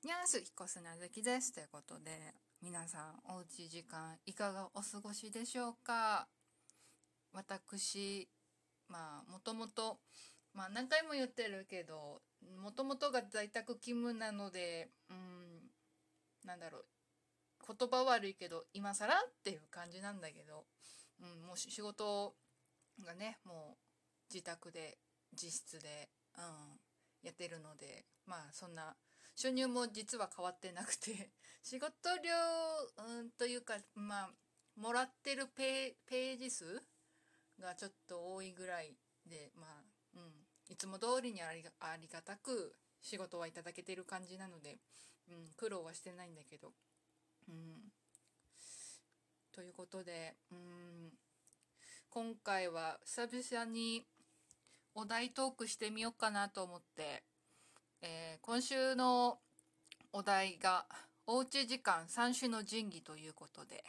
ニャンス彦砂関です。ということで、皆さんおうち時間いかがお過ごしでしょうか。私、もともと、何回も言ってるけど、もともとが在宅勤務なので、なんだろう、言葉悪いけど、今更っていう感じなんだけど、もう仕事がね、もう自宅で、自室で、やってるので、そんな、収入も実は変わってなくて仕事量、というか、もらってるページ数がちょっと多いぐらいで、いつも通りにありがたく仕事はいただけてる感じなので、苦労はしてないんだけど、うん、ということで、今回は久々にお題トークしてみようかなと思って、今週のお題がおうち時間三種の神器ということで、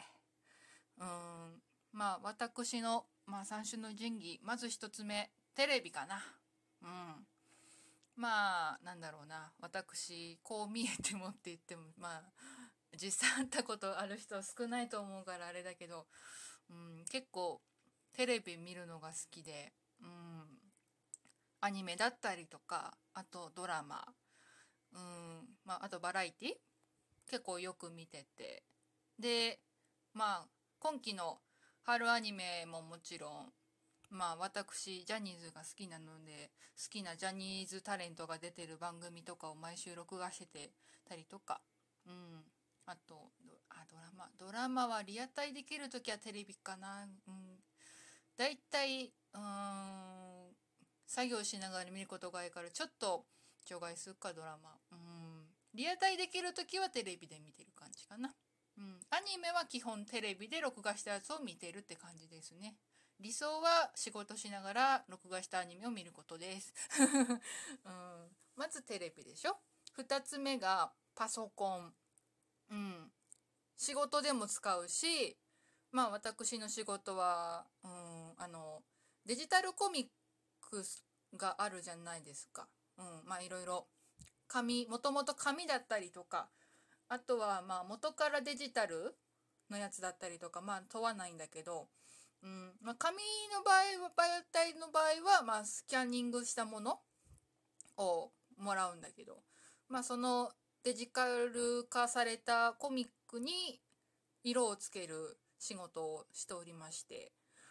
私の、三種の神器、まず一つ目、テレビかな。なんだろうな、私こう見えてもって言っても、実際会ったことある人は少ないと思うからあれだけど、結構テレビ見るのが好きで、アニメだったりとか、あとドラマ、あとバラエティ結構よく見てて、で、今期の春アニメももちろん、私ジャニーズが好きなので、好きなジャニーズタレントが出てる番組とかを毎週録画しててたりとか、あとドラマはリアタイできるときはテレビかな。だいたい作業しながら見ることが多いから、ちょっと除外するかドラマ。リアタイできるときはテレビで見てる感じかな。アニメは基本テレビで録画したやつを見てるって感じですね。理想は仕事しながら録画したアニメを見ることです。まずテレビでしょ。2つ目がパソコン。仕事でも使うし、私の仕事は、デジタルコミックスがあるじゃないですか。いろいろもともと紙だったりとか、あとは元からデジタルのやつだったりとか、問わないんだけど、紙の場合は、媒体の場合は、スキャニングしたものをもらうんだけど、そのデジタル化されたコミックに色をつける仕事をしておりまして、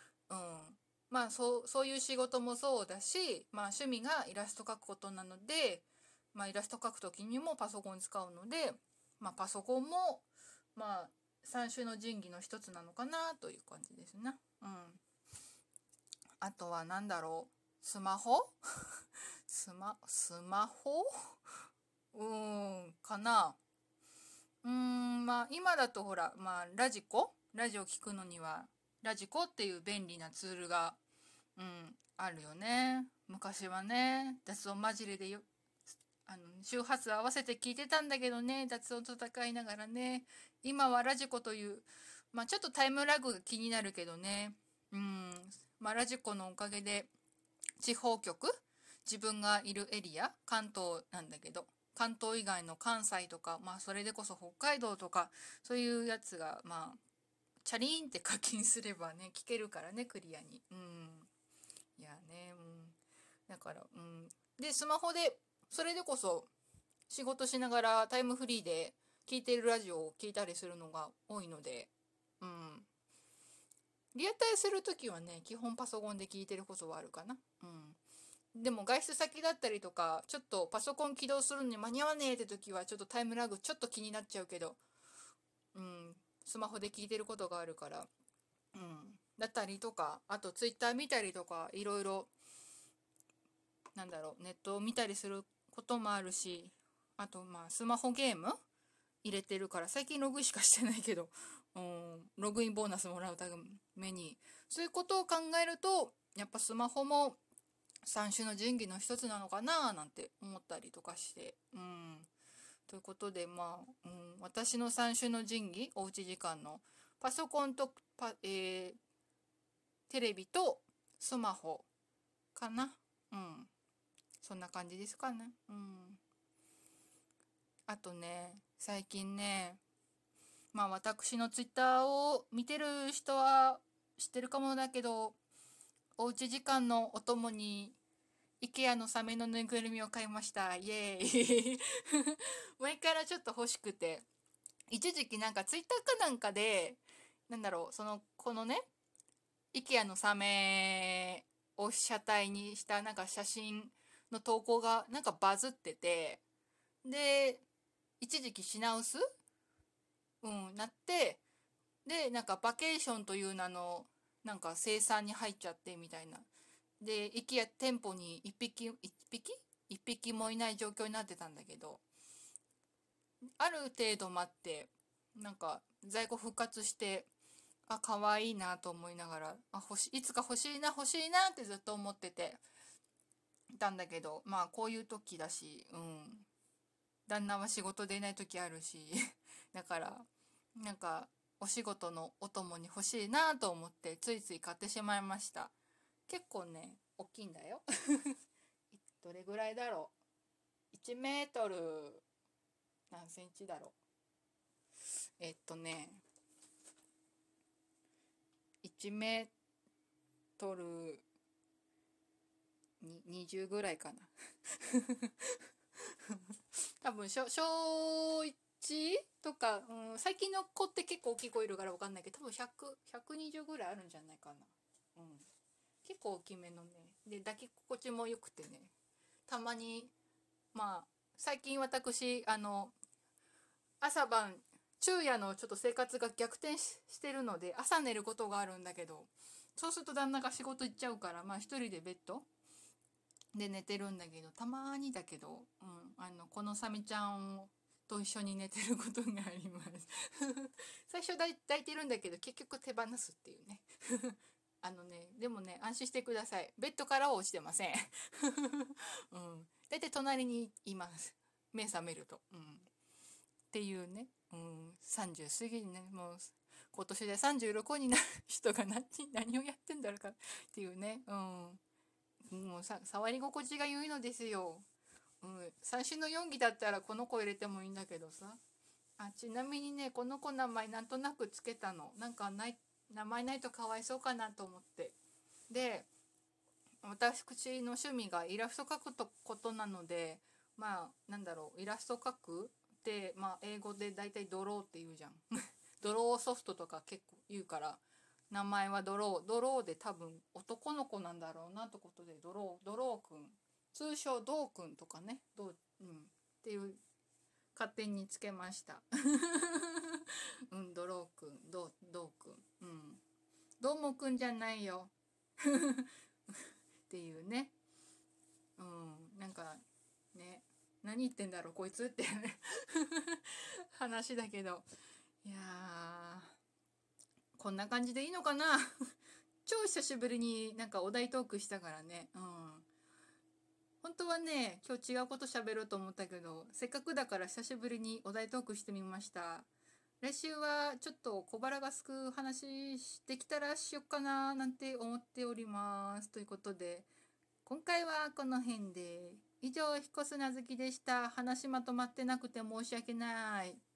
そういう仕事もそうだし、趣味がイラスト描くことなので、イラスト描く時にもパソコン使うので、パソコンも、三種の神器の一つなのかなという感じですね。あとは何だろう。スマホスマホかな。今だとほら、ラジオ聞くのには、ラジコっていう便利なツールが、あるよね。昔はね、雑音混じりで周波数合わせて聞いてたんだけどね、雑音と戦いながらね。今はラジコという、ちょっとタイムラグが気になるけどね。ラジコのおかげで、地方局自分がいるエリア関東なんだけど、関東以外の関西とか、それでこそ北海道とかそういうやつがチャリーンって課金すればね聞けるからね、クリアに。いやね、だから、でスマホでそれでこそ仕事しながらタイムフリーで聞いてるラジオを聞いたりするのが多いので、リアタイするときはね基本パソコンで聞いてることはあるかな。でも外出先だったりとか、ちょっとパソコン起動するのに間に合わねえって時はちょっとタイムラグちょっと気になっちゃうけど、スマホで聞いてることがあるから、だったりとか、あとツイッター見たりとか、いろいろ、ネットを見たりすることもあるし、あとスマホゲーム入れてるから、最近ログインしかしてないけど、ログインボーナスもらうために、そういうことを考えると、やっぱスマホも三種の神器の一つなのかななんて思ったりとかして、ということで私の三種の神器、おうち時間のパソコンとテレビとスマホかな。そんな感じですかね。 あとね、最近ね、まあ私のツイッターを見てる人は知ってるかもだけど、おうち時間のお供に IKEA のサメのぬいぐるみを買いました。イエーイ。前からちょっと欲しくて、一時期なんかツイッターかなんかで、なんだろう、このね、IKEA のサメを車体にしたなんか写真の投稿がなんかバズってて、で、一時期品薄なって、で、なんかバケーションという名の、なんか生産に入っちゃってみたいな。で、IKEA 店舗に一匹もいない状況になってたんだけど、ある程度待って、なんか在庫復活して、あ、可愛いなと思いながら、いつか欲しいな、欲しいなってずっと思っててたんだけど、まあこういう時だし、旦那は仕事でいない時あるし、だから、なんかお仕事のお供に欲しいなと思ってついつい買ってしまいました。結構ね、大きいんだよ。どれぐらいだろう。1メートル何センチだろう。1メートルに20ぐらいかな。多分小1とか、最近の子って結構大きい子いるから分かんないけど、多分100、120ぐらいあるんじゃないかな。結構大きめのね。で、抱き心地も良くてね。たまに、まあ、最近私、朝晩、昼夜のちょっと生活が逆転してるので、朝寝ることがあるんだけど、そうすると旦那が仕事行っちゃうから、まあ一人でベッドで寝てるんだけど、たまにだけど、このサメちゃんと一緒に寝てることがあります。最初抱いてるんだけど、結局手放すっていうね。でもね、安心してください。ベッドからは落ちてません。だいたい隣にいます。目覚めると。っていうね。30過ぎにね、もう、今年で36になる人が何をやってんだろうかっていうね。もう触り心地が良いのですよ。最新の4機だったらこの子入れてもいいんだけどさ。ちなみにね、この子名前なんとなくつけたの。なんか名前ないとかわいそうかなと思って。で、私の趣味がイラスト描くことなので、まあ、なんだろう、イラスト描くって、まあ、英語でだいたいドローって言うじゃん。ドローソフトとか結構言うから、名前はドローで多分男の子なんだろうなってことで、ドローくん。通称ドーくんとかね、っていう勝手につけました。ドローくん、ドーくん。どうもくんじゃないよ。っていうね。なんかね、何言ってんだろうこいつって話だけど、いやー、こんな感じでいいのかな。超久しぶりになんかお題トークしたからね。本当はね、今日違うこと喋ろうと思ったけど、せっかくだから久しぶりにお題トークしてみました。来週はちょっと小腹がすく話できたらしよっかななんて思っております。ということで、今回はこの辺で。以上、彦砂月でした。話まとまってなくて申し訳ない。